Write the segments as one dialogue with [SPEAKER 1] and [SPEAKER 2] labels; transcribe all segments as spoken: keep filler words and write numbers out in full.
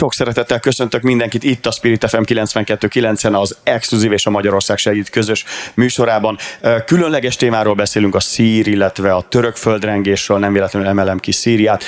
[SPEAKER 1] Sok szeretettel köszöntök mindenkit itt a Spirit ef em kilencvenkettő kilencen, az exkluzív és a Magyarország segít közös műsorában. Különleges témáról beszélünk, a szír, illetve a török földrengésről, nem véletlenül emelem ki Szíriát.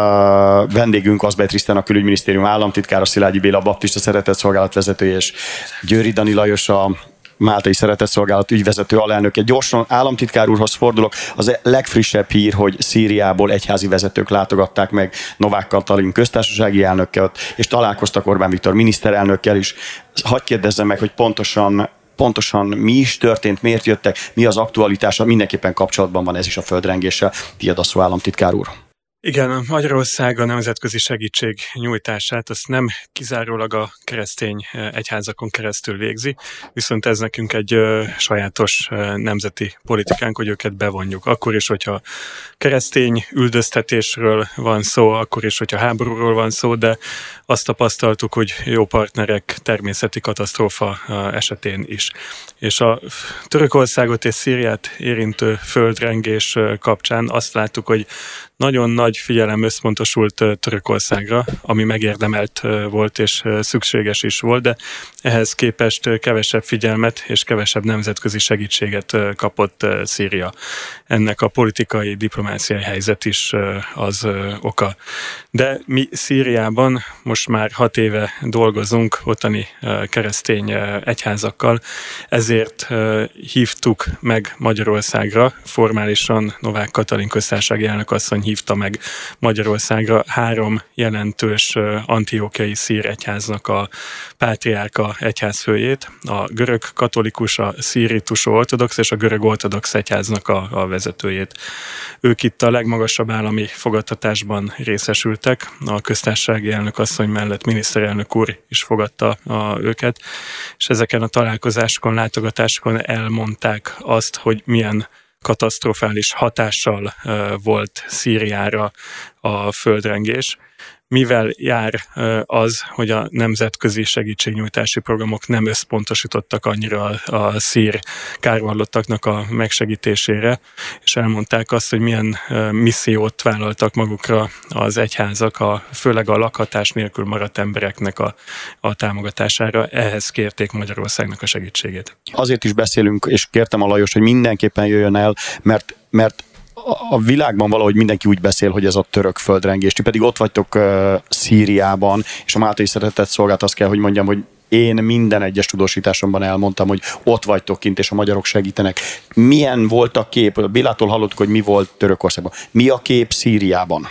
[SPEAKER 1] Vendégünk Azbej Trisztán, a Külügyminisztérium államtitkára, Szilágyi Béla, baptista szeretetszolgálat vezetője, és Győri Dani Lajos, a Máltai Szeretetszolgálat ügyvezető alelnöke. Gyorsan államtitkár úrhoz fordulok. Az legfrissebb hír, hogy Szíriából egyházi vezetők látogatták meg Novák Katalin köztársasági elnökkel, és találkoztak Orbán Viktor miniszterelnökkel is. Hadd kérdezzem meg, hogy pontosan, pontosan mi is történt, miért jöttek, mi az aktualitása, mindenképpen kapcsolatban van ez is a földrengéssel. Tiéd a szó, államtitkár úr.
[SPEAKER 2] Igen, Magyarország a nemzetközi segítség nyújtását azt nem kizárólag a keresztény egyházakon keresztül végzi, viszont ez nekünk egy ö, sajátos ö, nemzeti politikánk, hogy őket bevonjuk. Akkor is, hogyha keresztény üldöztetésről van szó, akkor is, hogyha háborúról van szó, de azt tapasztaltuk, hogy jó partnerek természeti katasztrófa esetén is. És a Törökországot és Szíriát érintő földrengés kapcsán azt láttuk, hogy nagyon nagy figyelem összpontosult Törökországra, ami megérdemelt volt és szükséges is volt, de ehhez képest kevesebb figyelmet és kevesebb nemzetközi segítséget kapott Szíria. Ennek a politikai, diplomáciai helyzet is az oka. De mi Szíriában most már hat éve dolgozunk ottani keresztény egyházakkal, ezért hívtuk meg Magyarországra, formálisan Novák Katalin köztársasági elnökasszony hívta meg Magyarországra három jelentős antiochiai szír egyháznak a pátriárka egyházfőjét, a görög katolikus, a szíritus ortodox és a görög ortodox egyháznak a, a vezetőjét. Ők itt a legmagasabb állami fogadtatásban részesültek, a köztársasági elnökasszony mellett miniszterelnök úr is fogadta a, őket, és ezeken a találkozásokon, látogatásokon elmondták azt, hogy milyen katasztrofális hatással uh, volt Szíriára a földrengés. Mivel jár uh, az, hogy a nemzetközi segítségnyújtási programok nem összpontosítottak annyira a, a szír kárvallottaknak a megsegítésére, és elmondták azt, hogy milyen uh, missziót vállaltak magukra az egyházak, a, főleg a lakhatás nélkül maradt embereknek a, a támogatására. Ehhez kérték Magyarországnak a segítségét.
[SPEAKER 1] Azért is beszélünk, és kértem a Lajos, hogy mindenképpen jöjjön el, mert, mert a világban valahogy mindenki úgy beszél, hogy ez a török földrengés. Ti pedig ott vagytok uh, Szíriában, és a Máltai Szeretetszolgálat azt kell, hogy mondjam, hogy én minden egyes tudósításomban elmondtam, hogy ott vagytok kint, és a magyarok segítenek. Milyen volt a kép? Bélától hallottuk, hogy mi volt Törökországban. Mi a kép Szíriában?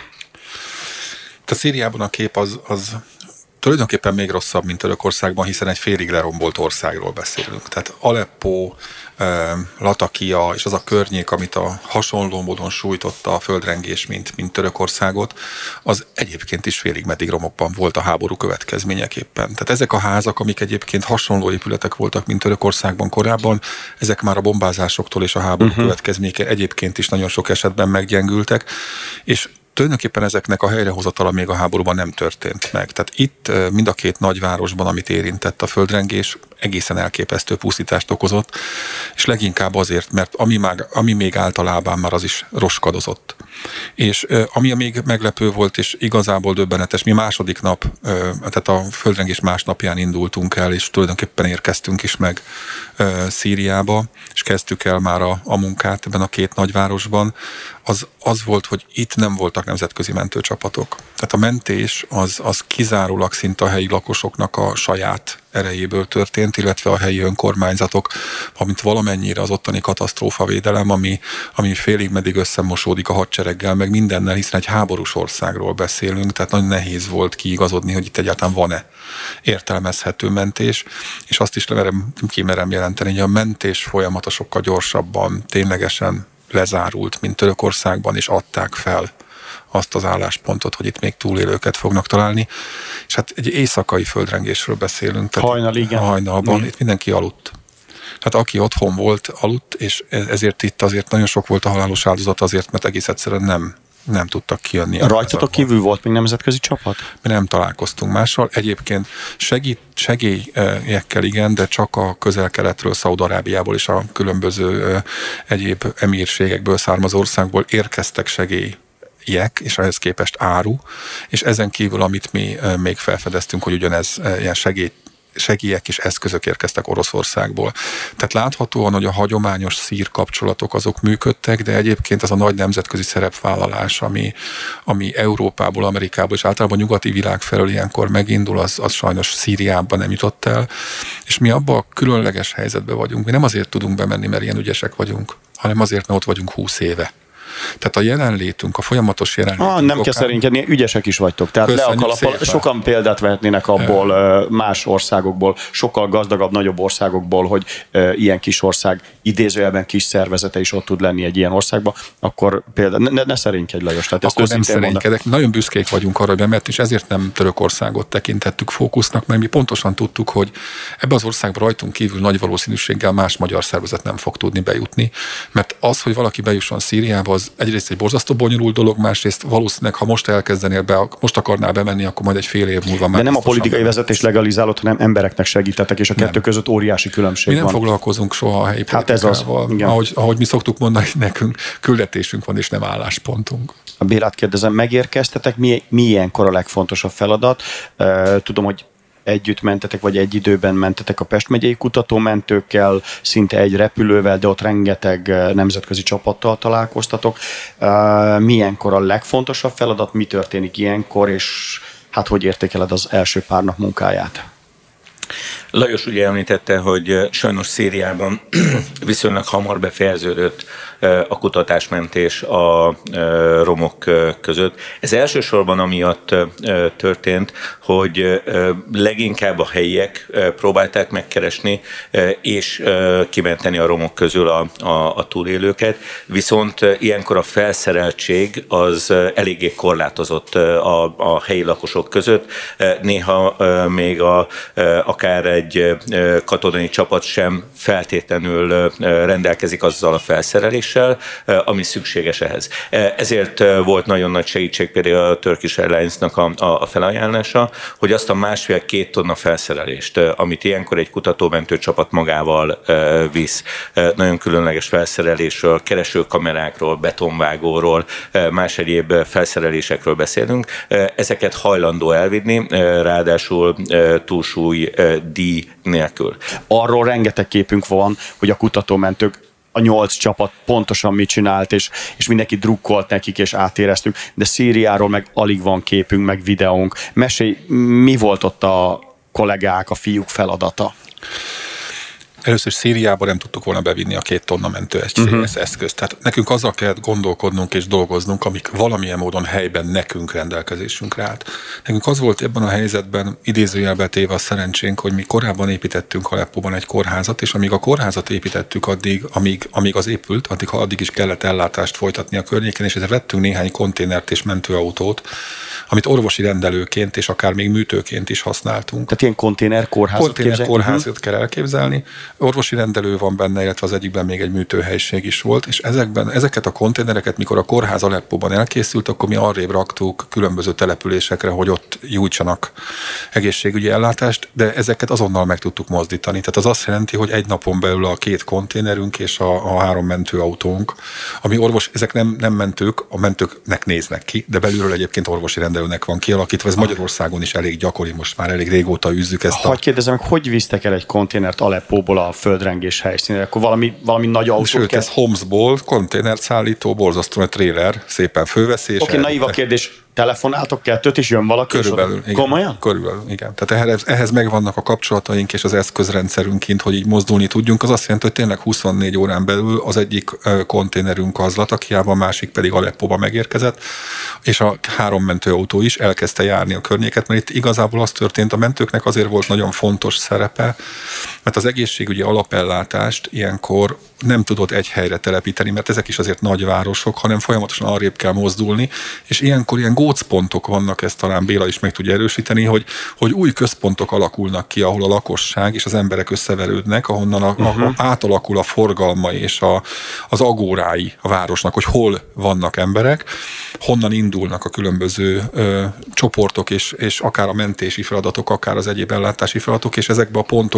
[SPEAKER 3] A Szíriában a kép az... az... tulajdonképpen még rosszabb, mint Törökországban, hiszen egy félig lerombolt országról beszélünk. Tehát Aleppo, Latakia és az a környék, amit a hasonló módon sújtotta a földrengés, mint, mint Törökországot, az egyébként is félig meddig romokban volt a háború következményeképpen. Tehát ezek a házak, amik egyébként hasonló épületek voltak, mint Törökországban korábban, ezek már a bombázásoktól és a háború uh-huh. következménye egyébként is nagyon sok esetben meggyengültek, és tulajdonképpen ezeknek a helyrehozatala még a háborúban nem történt meg. Tehát itt mind a két nagyvárosban, amit érintett a földrengés, egészen elképesztő pusztítást okozott, és leginkább azért, mert ami, már, ami még állt a lábán, már az is roskadozott. És ami még meglepő volt, és igazából döbbenetes, mi második nap, tehát a földrengés másnapján indultunk el, és tulajdonképpen érkeztünk is meg Szíriába, és kezdtük el már a, a munkát ebben a két nagyvárosban, az, az volt, hogy itt nem voltak nemzetközi mentőcsapatok. Tehát a mentés az, az kizárólag szinte a helyi lakosoknak a saját erejéből történt, illetve a helyi önkormányzatok, amint valamennyire az ottani katasztrófavédelem, ami, ami félig meddig összemosódik a hadsereggel, meg mindennel, hiszen egy háborús országról beszélünk, tehát nagyon nehéz volt kiigazodni, hogy itt egyáltalán van-e értelmezhető mentés, és azt is lemerem, kimerem jelenteni, hogy a mentés folyamata sokkal gyorsabban, ténylegesen lezárult, mint Törökországban, és adták fel azt az álláspontot, hogy itt még túlélőket fognak találni. És hát egy éjszakai földrengésről beszélünk.
[SPEAKER 1] Hajnal, igen.
[SPEAKER 3] Hajnalban, mm. itt mindenki aludt. Tehát aki otthon volt, aludt, és ezért itt azért nagyon sok volt a halálos áldozat azért, mert egész egyszerűen nem, nem tudtak kijönni.
[SPEAKER 1] Rajtatok kívül volt még nemzetközi csapat?
[SPEAKER 3] Mi nem találkoztunk mással. Egyébként segít, segélyekkel igen, de csak a közel-keletről, Szaúd-Arábiából és a különböző egyéb emírségekből származó országból érkeztek segély jek, és ehhez képest áru, és ezen kívül, amit mi még felfedeztünk, hogy ugyanez ilyen segély segélyek és eszközök érkeztek Oroszországból. Tehát láthatóan, hogy a hagyományos szír kapcsolatok azok működtek, de egyébként az a nagy nemzetközi szerepvállalás, ami, ami Európából, Amerikából és általában a nyugati világ felől ilyenkor megindul, az, az sajnos Szíriában nem jutott el. És mi abban a különleges helyzetben vagyunk. Mi nem azért tudunk bemenni, mert ilyen ügyesek vagyunk, hanem azért, mert ott vagyunk húsz éve. Tehát a jelenlétünk, a folyamatos jelenlétünk.
[SPEAKER 1] Ah, nem kell szerénykedni, ügyesek is vagytok. Tehát le a kalappal, sokan példát vehetnének abból e... más országokból, sokkal gazdagabb, nagyobb országokból, hogy e, ilyen kis ország, idézőjelben kis szervezete is ott tud lenni egy ilyen országban, akkor például ne, ne szerénykedj, Lajos. Tehát
[SPEAKER 3] akkor nem szerénykedek. Nagyon büszkék vagyunk arra, hogy mert és ezért nem Törökországot tekintettük fókusznak, mert mi pontosan tudtuk, hogy ebbe az országba rajtunk kívül nagy valószínűséggel más magyar szervezet nem fog tudni bejutni, mert az, hogy valaki bejusson Szíriába, az egyrészt egy borzasztó bonyolult dolog, másrészt valószínűleg, ha most elkezdenél be, most akarnál bemenni, akkor majd egy fél év múlva már.
[SPEAKER 1] De nem a politikai vezetés legalizálott, hanem embereknek segítettek, és a kettő nem. között óriási különbség
[SPEAKER 3] mi
[SPEAKER 1] van.
[SPEAKER 3] nem foglalkozunk soha a helyi
[SPEAKER 1] hát ez az.
[SPEAKER 3] Ahogy, ahogy mi szoktuk mondani, nekünk küldetésünk van, és nem álláspontunk.
[SPEAKER 1] A Bélát kérdezem, megérkeztetek, mi, mi ilyenkor a legfontosabb feladat? Tudom, hogy együtt mentetek, vagy egy időben mentetek a Pest megyei kutatómentőkkel, szinte egy repülővel, de ott rengeteg nemzetközi csapattal találkoztatok. Milyenkor a legfontosabb feladat, mi történik ilyenkor, és hát hogy értékeled az első pár nap munkáját?
[SPEAKER 4] Lajos ugye említette, hogy sajnos Szíriában viszonylag hamar befejeződött a kutatásmentés a romok között. Ez elsősorban amiatt történt, hogy leginkább a helyiek próbálták megkeresni és kimenteni a romok közül a, a, a túlélőket, viszont ilyenkor a felszereltség az eléggé korlátozott a, a helyi lakosok között. Néha még a, akár egy katonai csapat sem feltétlenül rendelkezik azzal a felszereléssel, ami szükséges ehhez. Ezért volt nagyon nagy segítség például a Turkish Airlines-nak a, a felajánlása, hogy azt a másfél-két tonna felszerelést, amit ilyenkor egy kutatómentő csapat magával visz, nagyon különleges felszerelésről, keresőkamerákról, betonvágóról, más egyéb felszerelésekről beszélünk, ezeket hajlandó elvinni, ráadásul túlsúly díj nélkül.
[SPEAKER 1] Arról rengeteg képünk van, hogy a kutatómentők, a nyolc csapat pontosan mit csinált, és, és mindenki drukkolt nekik, és átéreztük, de Szíriáról meg alig van képünk, meg videónk. Mesélj, mi volt ott a kollégák, a fiúk feladata?
[SPEAKER 3] Először Szíriába nem tudtuk volna bevinni a két tonna mentőegységes uh-huh. eszközt. Tehát nekünk azzal kellett gondolkodnunk és dolgoznunk, amik valamilyen módon helyben nekünk rendelkezésünkre állt. Nekünk az volt ebben a helyzetben idézőjelbe téve a szerencsénk, hogy mi korábban építettünk Aleppóban egy kórházat, és amíg a kórházat építettük, addig, amíg, amíg az épült, addig, addig is kellett ellátást folytatni a környéken, és ezért vettünk néhány konténert és mentőautót, amit orvosi rendelőként és akár még műtőként is használtunk.
[SPEAKER 1] Tehát ilyen konténer kórházat
[SPEAKER 3] Konténer kórházat kell elképzelni. Orvosi rendelő van benne, illetve az egyikben még egy műtőhelység is volt, és ezekben, ezeket a konténereket, mikor a kórház Aleppóban elkészült, akkor mi arrébb raktuk különböző településekre, hogy ott nyújtsanak egészségügyi ellátást, de ezeket azonnal meg tudtuk mozdítani. Tehát az azt jelenti, hogy egy napon belül a két konténerünk és a, a három mentőautónk, ami orvos, ezek nem, nem mentők, a mentőknek néznek ki, de belülről egyébként orvosi rendelőnek van kialakítva. Ez Magyarországon is elég gyakori, most már elég régóta űzzük ezt.
[SPEAKER 1] Hogy kérdezem, hogy visztek el egy konténert Aleppóból a földrengés helyszínére? Akkor valami, valami nagy autót
[SPEAKER 3] Sőt,
[SPEAKER 1] kell...
[SPEAKER 3] ez Homsból konténert szállító, borzasztó egy tréler, szépen fölveszés.
[SPEAKER 1] Oké, okay, naív a kérdés. Telefonáltok kettőt, és jön valaki?
[SPEAKER 3] Körülbelül, igen.
[SPEAKER 1] Komolyan?
[SPEAKER 3] Körülbelül, igen. Tehát ehhez, ehhez megvannak a kapcsolataink és az eszközrendszerünk kint, hogy így mozdulni tudjunk. Az azt jelenti, hogy tényleg huszonnégy órán belül az egyik konténerünk az Latakiában, a másik pedig Aleppóba megérkezett, és a három mentőautó is elkezdte járni a környéket, mert itt igazából az történt, a mentőknek azért volt nagyon fontos szerepe, mert az egészségügyi alapellátást ilyenkor nem tudott egy helyre telepíteni, mert ezek is azért nagyvárosok, hanem folyamatosan arrébb kell mozdulni, és ilyenkor ilyen gócpontok vannak, ezt talán Béla is meg tudja erősíteni, hogy, hogy új központok alakulnak ki, ahol a lakosság és az emberek összeverődnek, ahonnan a, uh-huh. a, átalakul a forgalma és a, az agórái a városnak, hogy hol vannak emberek, honnan indulnak a különböző ö, csoportok, és, és akár a mentési feladatok, akár az egyéb ellátási feladatok, és ezekbe a pontokba jártak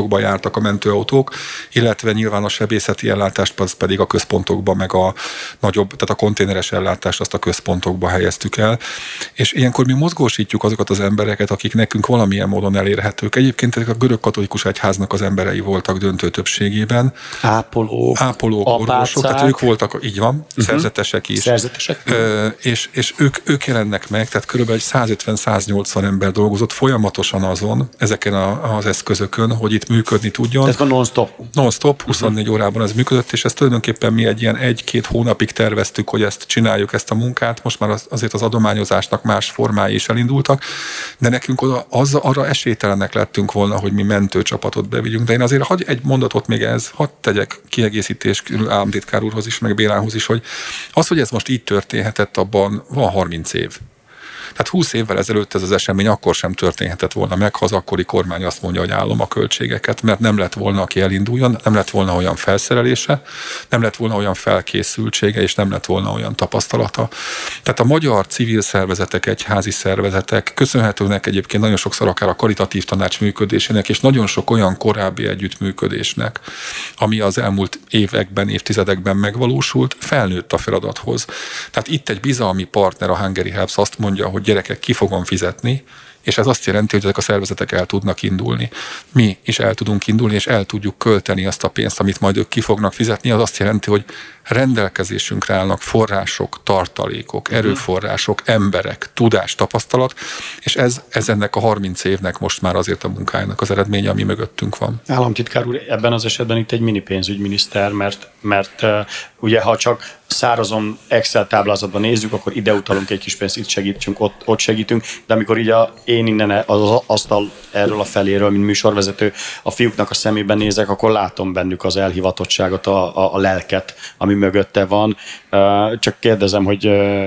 [SPEAKER 3] voltak a mentőautók, illetve nyilván a sebészeti ellátást az pedig a központokba, meg a nagyobb, tehát a konténeres ellátást azt a központokba helyeztük el. És ilyenkor mi mozgósítjuk azokat az embereket, akik nekünk valamilyen módon elérhetők. Egyébként ezek a görög katolikus egyháznak az emberei voltak döntő többségében.
[SPEAKER 1] Ápolók,
[SPEAKER 3] Ápolók, orvosok, tehát ők voltak, így van, uh-huh. szerzetesek is.
[SPEAKER 1] Szerzetesek?
[SPEAKER 3] Ö, és és ők, ők jelennek meg, tehát körülbelül százötven-száznyolcvan ember dolgozott folyamatosan azon, ezeken a, az eszközökön, hogy itt működni tudjon.
[SPEAKER 1] Ez a non-stop.
[SPEAKER 3] Non-stop, huszonnégy uh-huh. órában ez működött, és ezt tulajdonképpen mi egy ilyen egy-két hónapig terveztük, hogy ezt csináljuk, ezt a munkát. Most már az, azért az adományozásnak más formái is elindultak, de nekünk oda, az, arra esélytelenek lettünk volna, hogy mi mentőcsapatot bevigyünk. De én azért hagy egy mondatot még ez, hadd tegyek kiegészítés államtitkár úrhoz is, meg Bélához is, hogy az, hogy ez most így történhetett, abban van harminc év. Tehát húsz évvel ezelőtt ez az esemény akkor sem történhetett volna meg, ha az akkori kormány azt mondja, hogy állom a költségeket, mert nem lett volna, aki elinduljon, nem lett volna olyan felszerelése, nem lett volna olyan felkészültsége, és nem lett volna olyan tapasztalata. Tehát a magyar civil szervezetek, egyházi szervezetek köszönhetőnek egyébként nagyon sokszor akár a karitatív tanács működésének, és nagyon sok olyan korábbi együttműködésnek, ami az elmúlt években, évtizedekben megvalósult, felnőtt a feladathoz. Tehát itt egy bizalmi partner, a Hungary Helps azt mondja, hogy gyerekek, ki fogom fizetni, és ez azt jelenti, hogy ezek a szervezetek el tudnak indulni. Mi is el tudunk indulni, és el tudjuk költeni azt a pénzt, amit majd ők ki fognak fizetni. Az azt jelenti, hogy rendelkezésünkre állnak források, tartalékok, erőforrások, emberek, tudás, tapasztalat, és ez, ez ennek a harminc évnek most már azért a munkájának az eredménye, ami mögöttünk van.
[SPEAKER 1] Államtitkár úr, ebben az esetben itt egy mini pénzügyminiszter, mert, mert uh, ugye ha csak szárazon Excel táblázatban nézzük, akkor ide utalunk egy kis pénzt, itt segítünk, ott, ott segítünk, de amikor így a, én innen az asztal erről a feléről, mint műsorvezető, a fiúknak a szemében nézek, akkor látom bennük az elhivatottságot, a, a, a lelket, ami mögötte van. Uh, csak kérdezem, hogy uh,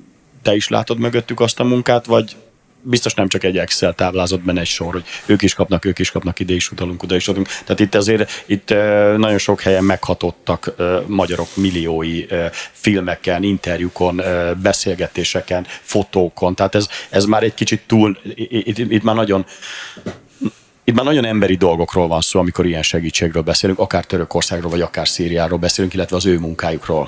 [SPEAKER 1] te is látod mögöttük azt a munkát, vagy biztos nem csak egy Excel táblázatban egy sor, hogy ők is kapnak, ők is kapnak, ide is utalunk, oda is utalunk. Tehát itt azért itt nagyon sok helyen meghatottak magyarok milliói filmeken, interjúkon, beszélgetéseken, fotókon. Tehát ez, ez már egy kicsit túl, itt, itt már nagyon Itt már nagyon emberi dolgokról van szó, amikor ilyen segítségről beszélünk, akár Törökországról, vagy akár Szíriáról beszélünk, illetve az ő munkájukról.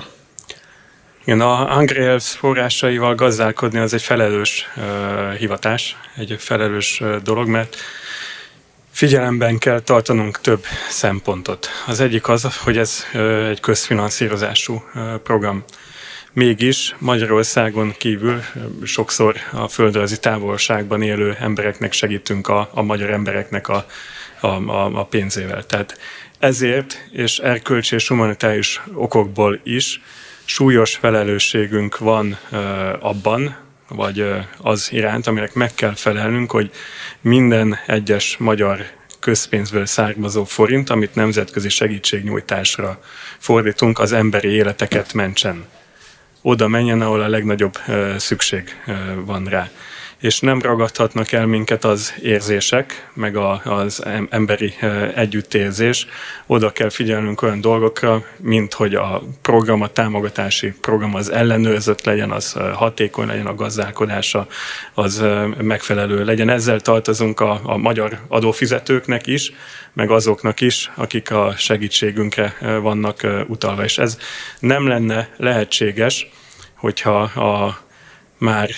[SPEAKER 2] Igen, a Hungary Helps forrásaival gazdálkodni az egy felelős uh, hivatás, egy felelős uh, dolog, mert figyelemben kell tartanunk több szempontot. Az egyik az, hogy ez uh, egy közfinanszírozású uh, program. Mégis Magyarországon kívül sokszor a földrajzi távolságban élő embereknek segítünk a, a magyar embereknek a, a, a, a pénzével. Tehát ezért, és erkölcsi és humanitárius okokból is súlyos felelősségünk van uh, abban, vagy uh, az iránt, aminek meg kell felelnünk, hogy minden egyes magyar közpénzből származó forint, amit nemzetközi segítségnyújtásra fordítunk, az emberi életeket mentsen. Oda menjen, ahol a legnagyobb uh, szükség uh, van rá. És nem ragadhatnak el minket az érzések, meg a, az emberi uh, együttérzés. Oda kell figyelnünk olyan dolgokra, mint hogy a program, a támogatási program az ellenőrzött legyen, az uh, hatékony legyen, a gazdálkodása az uh, megfelelő legyen. Ezzel tartozunk a, a magyar adófizetőknek is, meg azoknak is, akik a segítségünkre uh, vannak uh, utalva. És ez nem lenne lehetséges, hogyha a már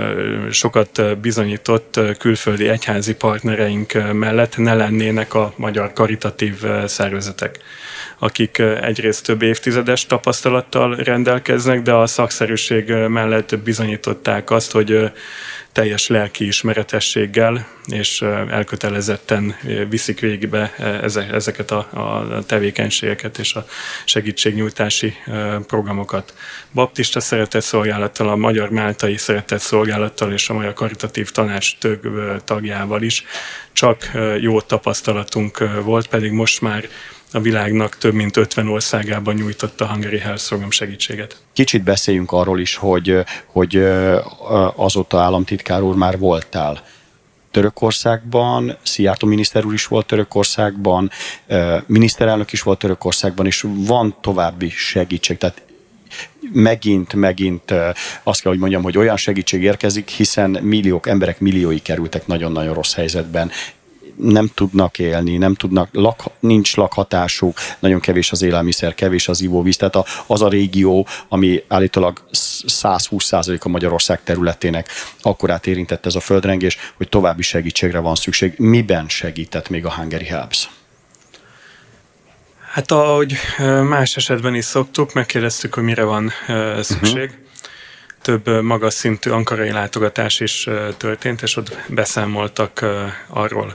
[SPEAKER 2] sokat bizonyított külföldi egyházi partnereink mellett ne lennének a magyar karitatív szervezetek, akik egyrészt több évtizedes tapasztalattal rendelkeznek, de a szakszerűség mellett bizonyították azt, hogy teljes lelkiismeretességgel és elkötelezetten viszik végbe ezeket a tevékenységeket és a segítségnyújtási programokat. Baptista Szeretetszolgálattal, a Magyar Máltai Szeretetszolgálattal és a Magyar Karitatív Tanács több tagjával is csak jó tapasztalatunk volt, pedig most már a világnak több mint ötven országában nyújtotta a Hungary Helps program segítséget.
[SPEAKER 1] Kicsit beszéljünk arról is, hogy, hogy azóta államtitkár úr már voltál Törökországban, Szijjártó miniszter úr is volt Törökországban, miniszterelnök is volt Törökországban, és van további segítség. Tehát megint, megint azt kell, hogy mondjam, hogy olyan segítség érkezik, hiszen milliók, emberek milliói kerültek nagyon-nagyon rossz helyzetben. nem tudnak élni, nem tudnak, lak, nincs lakhatásuk, nagyon kevés az élelmiszer, kevés az ivóvíz, tehát a, az a régió, ami állítólag száz húsz százalék a Magyarország területének akkorát érintett ez a földrengés, hogy további segítségre van szükség. Miben segített még a Hungary Helps?
[SPEAKER 2] Hát ahogy más esetben is szoktuk, megkérdeztük, hogy mire van szükség. Uh-huh. Több magas szintű ankarai látogatás is történt, és ott beszámoltak arról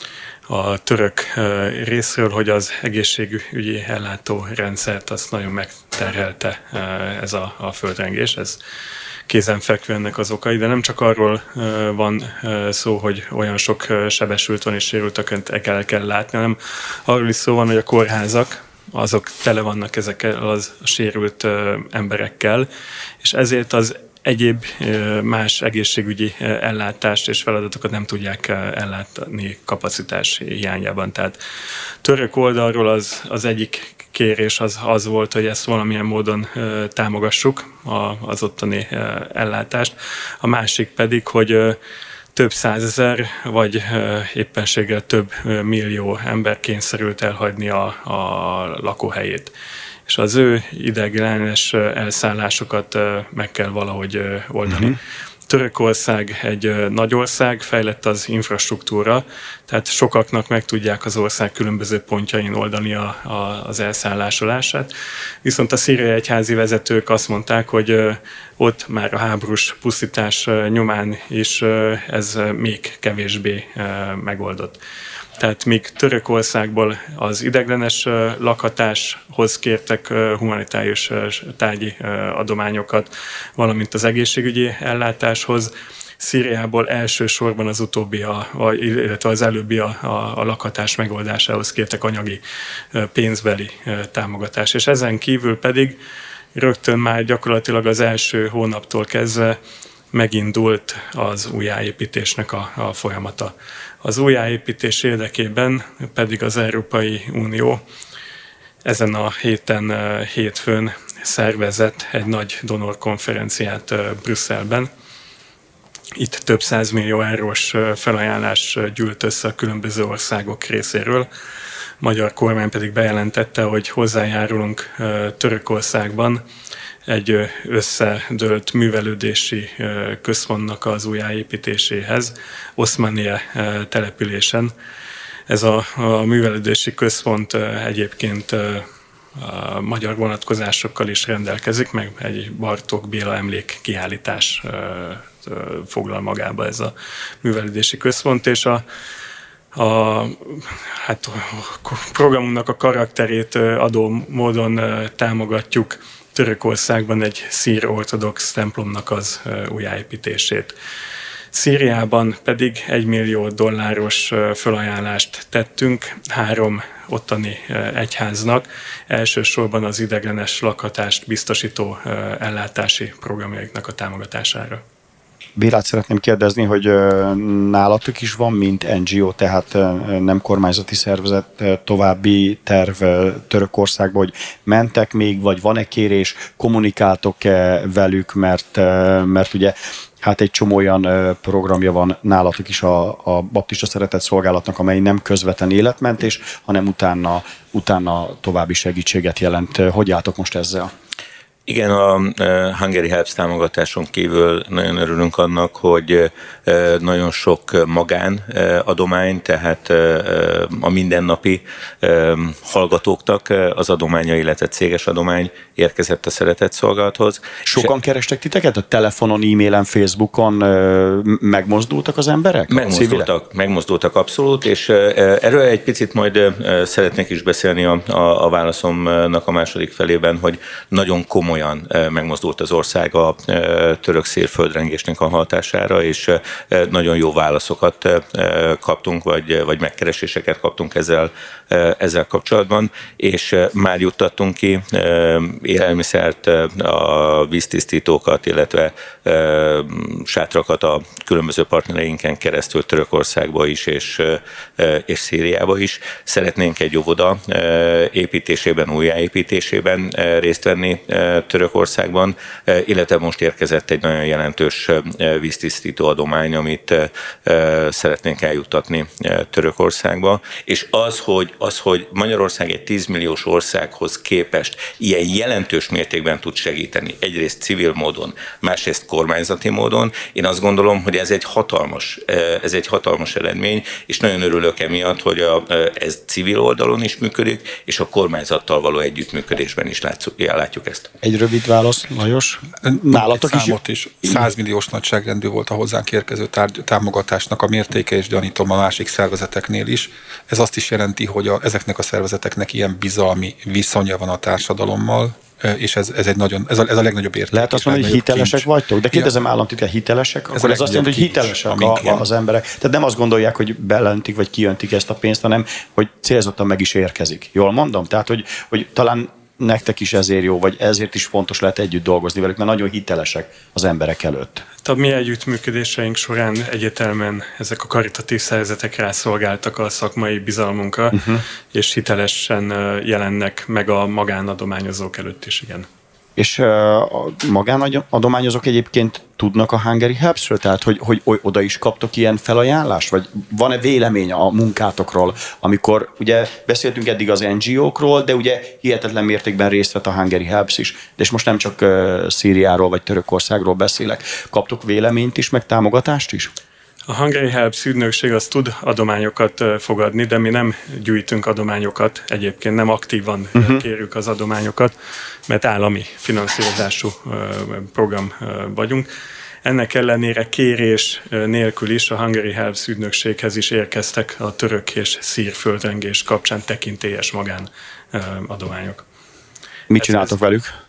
[SPEAKER 2] a török részről, hogy az egészségügyi ellátórendszert azt nagyon megterhelte ez a, a földrengés. Ez kézenfekvő ennek az okai, de nem csak arról van szó, hogy olyan sok sebesült van és sérülteket el kell látni, hanem arról is szó van, hogy a kórházak, azok tele vannak ezekkel az sérült emberekkel, és ezért az egyéb más egészségügyi ellátást és feladatokat nem tudják ellátni kapacitás hiányában. Tehát török oldalról az, az egyik kérés az, az volt, hogy ezt valamilyen módon támogassuk, az ottani ellátást. A másik pedig, hogy több százezer, vagy éppenséggel több millió ember kényszerült elhagyni a, a lakóhelyét. És az ő ideiglenes elszállásokat meg kell valahogy oldani. Uh-huh. Törökország egy nagy ország, fejlett az infrastruktúra, tehát sokaknak meg tudják az ország különböző pontjain oldani a, a, az elszállásolását. Viszont a szíriai egyházi vezetők azt mondták, hogy ott már a háborús pusztítás nyomán is ez még kevésbé megoldott. Tehát míg Törökországból az ideiglenes lakhatáshoz kértek humanitárius tárgyi adományokat, valamint az egészségügyi ellátáshoz, Szíriából elsősorban az utóbbi, a, illetve az előbbi a, a, a lakhatás megoldásához kértek anyagi pénzbeli támogatást. És ezen kívül pedig rögtön már gyakorlatilag az első hónaptól kezdve megindult az újjáépítésnek a, a folyamata. Az újjáépítés érdekében pedig az Európai Unió ezen a héten, hétfőn szervezett egy nagy donorkonferenciát Brüsszelben. Itt több százmillió eurós felajánlás gyűlt össze a különböző országok részéről. A magyar kormány pedig bejelentette, hogy hozzájárulunk Törökországban egy összedőlt művelődési központnak az újjáépítéséhez, Oszmanie településen. Ez a, a művelődési központ egyébként a magyar vonatkozásokkal is rendelkezik, meg egy Bartók Béla emlék kiállítás foglal magába ez a művelődési központ, és a A, hát, a programunknak a karakterét adó módon támogatjuk Törökországban egy szír ortodox templomnak az újjáépítését. Szíriában pedig egy millió dolláros felajánlást tettünk három ottani egyháznak, elsősorban az ideiglenes lakhatást biztosító ellátási programjaiknak a támogatására.
[SPEAKER 1] Bélát szeretném kérdezni, hogy nálatok is van, mint en gé o, tehát nem kormányzati szervezet, további terv Törökországba, hogy mentek még, vagy van-e kérés, kommunikáltok-e velük, mert, mert ugye hát egy csomó olyan programja van nálatok is a, a Baptista Szeretett Szolgálatnak, amely nem közvetlen életmentés, hanem utána, utána további segítséget jelent. Hogy álltok most ezzel?
[SPEAKER 4] Igen, a Hungary Helps támogatáson kívül nagyon örülünk annak, hogy nagyon sok magánadomány, tehát a mindennapi hallgatóknak az adománya, illetve céges adomány érkezett a Szeretett Szolgálathoz.
[SPEAKER 1] Sokan kerestek titeket? A telefonon, e-mailen, Facebookon megmozdultak az emberek?
[SPEAKER 4] Megmozdultak, megmozdultak abszolút, és erről egy picit majd szeretnék is beszélni a, a, a válaszomnak a második felében, hogy nagyon komoly olyan megmozdult az ország a török-szír földrengésnek a hatására, és nagyon jó válaszokat kaptunk, vagy, vagy megkereséseket kaptunk ezzel, ezzel kapcsolatban, és már juttattunk ki élelmiszert, a víztisztítókat, illetve sátrakat a különböző partnereinken keresztül Törökországba is, és, és Szíriába is. Szeretnénk egy óvoda építésében, újjáépítésében részt venni Törökországban, illetve most érkezett egy nagyon jelentős víztisztító adomány, amit szeretnénk eljuttatni Törökországba. És az, hogy, az, hogy Magyarország egy tízmilliós országhoz képest ilyen jelentős mértékben tud segíteni, egyrészt civil módon, másrészt kormányzati módon, én azt gondolom, hogy ez egy hatalmas, ez egy hatalmas eredmény, és nagyon örülök emiatt, hogy a, ez civil oldalon is működik, és a kormányzattal való együttműködésben is látszuk, látjuk ezt.
[SPEAKER 1] Egy rövid válasz, Lajos. Nálatok is?
[SPEAKER 3] Számot is. százmilliós nagyságrendű volt a hozzánk érkező tárgy, támogatásnak a mértéke, és gyanítom a másik szervezeteknél is. Ez azt is jelenti, hogy a, ezeknek a szervezeteknek ilyen bizalmi viszonya van a társadalommal, és ez, ez, egy nagyon, ez, a, ez a legnagyobb érték.
[SPEAKER 1] Lehet azt mondani, hogy hitelesek kincs. Vagytok? De kérdezem ja. államtitkár, hitelesek?
[SPEAKER 3] Ez,
[SPEAKER 1] Akkor ez azt jelenti, hogy hitelesek a, a, az emberek. Tehát nem azt gondolják, hogy belentik vagy kijöntik ezt a pénzt, hanem hogy célzottan meg is érkezik. Jól mondom? Tehát, hogy, hogy talán nektek is ezért jó, vagy ezért is fontos lehet együtt dolgozni velük, mert nagyon hitelesek az emberek előtt.
[SPEAKER 2] A mi együttműködéseink során egyetemen ezek a karitatív szervezetek rászolgáltak a szakmai bizalmunkra, uh-huh. és hitelesen jelennek meg a magánadományozók előtt is, igen.
[SPEAKER 1] És a magánadományozók egyébként tudnak a Hungary Helpsről? Tehát, hogy, hogy oda is kaptok ilyen felajánlást? Vagy van-e vélemény a munkátokról, amikor ugye beszéltünk eddig az en gé ókról, de ugye hihetetlen mértékben részt vett a Hungary Helps is. De és most nem csak Szíriáról vagy Törökországról beszélek. Kaptok véleményt is, meg támogatást is?
[SPEAKER 2] A Hungary Helps ügynökség az tud adományokat fogadni, de mi nem gyűjtünk adományokat, egyébként nem aktívan uh-huh. kérjük az adományokat, mert állami finanszírozású program vagyunk. Ennek ellenére kérés nélkül is a Hungary Helps ügynökséghez is érkeztek a török és szír földrengés kapcsán tekintélyes magán adományok.
[SPEAKER 1] Mit csináltok velük?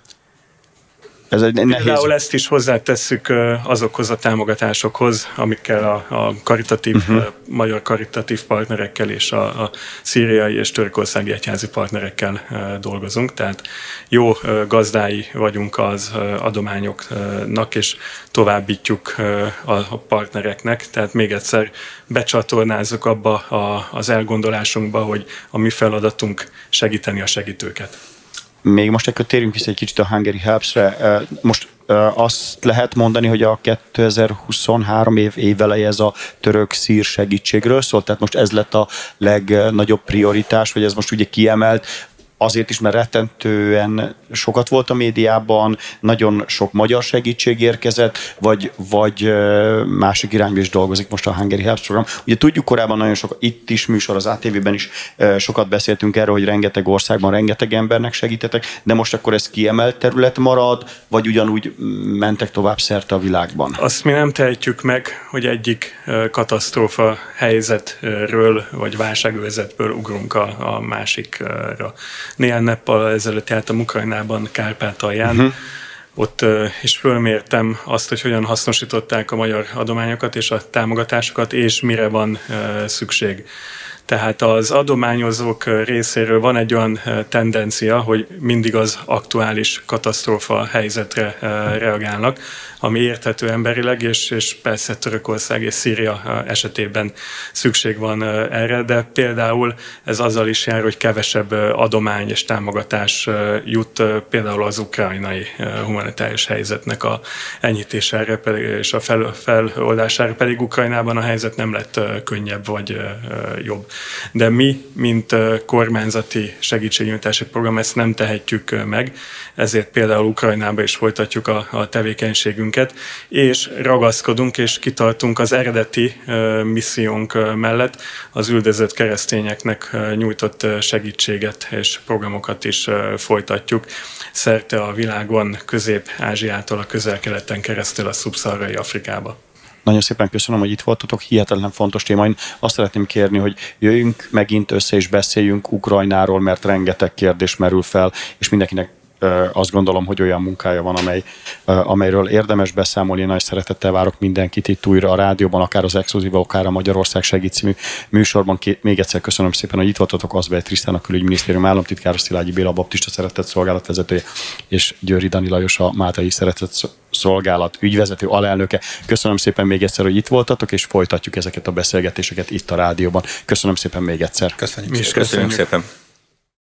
[SPEAKER 1] Ez egy nehéz.
[SPEAKER 2] Például ezt is hozzátesszük azokhoz a támogatásokhoz, amikkel a, a karitatív, uh-huh. a magyar karitatív partnerekkel és a, a szíriai és törökországi egyházi partnerekkel dolgozunk. Tehát jó gazdái vagyunk az adományoknak, és továbbítjuk a partnereknek. Tehát még egyszer becsatornázzuk abba a, az elgondolásunkba, hogy a mi feladatunk segíteni a segítőket.
[SPEAKER 1] Még most akkor térjünk vissza egy kicsit a Hungary Helpsre. Most azt lehet mondani, hogy a kétezer-huszonhárom év éveleje ez a török-szír segítségről szól, tehát most ez lett a legnagyobb prioritás, vagy ez most ugye kiemelt, azért is, mert rettentően sokat volt a médiában, nagyon sok magyar segítség érkezett, vagy, vagy másik irányba is dolgozik most a Hungary Helps program. Ugye tudjuk korábban nagyon sok, itt is műsor, az á té vében is sokat beszéltünk erről, hogy rengeteg országban rengeteg embernek segítetek, de most akkor ez kiemelt terület marad, vagy ugyanúgy mentek tovább szerte a világban?
[SPEAKER 2] Azt mi nem tehetjük meg, hogy egyik katasztrófa helyzetről, vagy válságövezetből ugrunk a, a másikra. Néhány nappal ezelőtt jártam Ukrajnában, Kárpátalján, uh-huh. ott uh, is fölmértem azt, hogy hogyan hasznosították a magyar adományokat és a támogatásokat, és mire van uh, szükség. Tehát az adományozók részéről van egy olyan tendencia, hogy mindig az aktuális katasztrófa helyzetre reagálnak, ami érthető emberileg, és, és persze Törökország és Szíria esetében szükség van erre, de például ez azzal is jár, hogy kevesebb adomány és támogatás jut például az ukrajnai humanitárius helyzetnek a enyhítésére pedig, és a fel, feloldására, pedig Ukrajnában a helyzet nem lett könnyebb vagy jobb. De mi, mint kormányzati segítségnyújtási program, ezt nem tehetjük meg, ezért például Ukrajnában is folytatjuk a, a tevékenységünket, és ragaszkodunk és kitartunk az eredeti missziónk mellett, az üldözött keresztényeknek nyújtott segítséget és programokat is folytatjuk szerte a világon, Közép-Ázsiától a Közel-Keleten keresztül a szubszaharai Afrikába.
[SPEAKER 1] Nagyon szépen köszönöm, hogy itt voltatok, hihetetlen fontos téma. Én azt szeretném kérni, hogy jöjjünk megint össze és beszéljünk Ukrajnáról, mert rengeteg kérdés merül fel, és mindenkinek azt gondolom, hogy olyan munkája van, amely, amelyről érdemes beszámolni. Nagy szeretettel várok mindenkit itt újra a rádióban, akár az Exkluzíva, akár a Magyarország Segít című műsorban. Még egyszer köszönöm szépen, hogy itt voltatok. Azbej Trisztán, a Külügyminisztérium államtitkára, Szilágyi Béla, a Baptista Szeretett Szolgálat vezetője, és Győri Dani Lajos, a Máltai Szeretett Szolgálat ügyvezető alelnöke. Köszönöm szépen még egyszer, hogy itt voltatok, és folytatjuk ezeket a beszélgetéseket itt a rádióban. Köszönöm szépen még egyszer.
[SPEAKER 3] Köszönjük,
[SPEAKER 4] Mi is köszönjük, köszönjük szépen.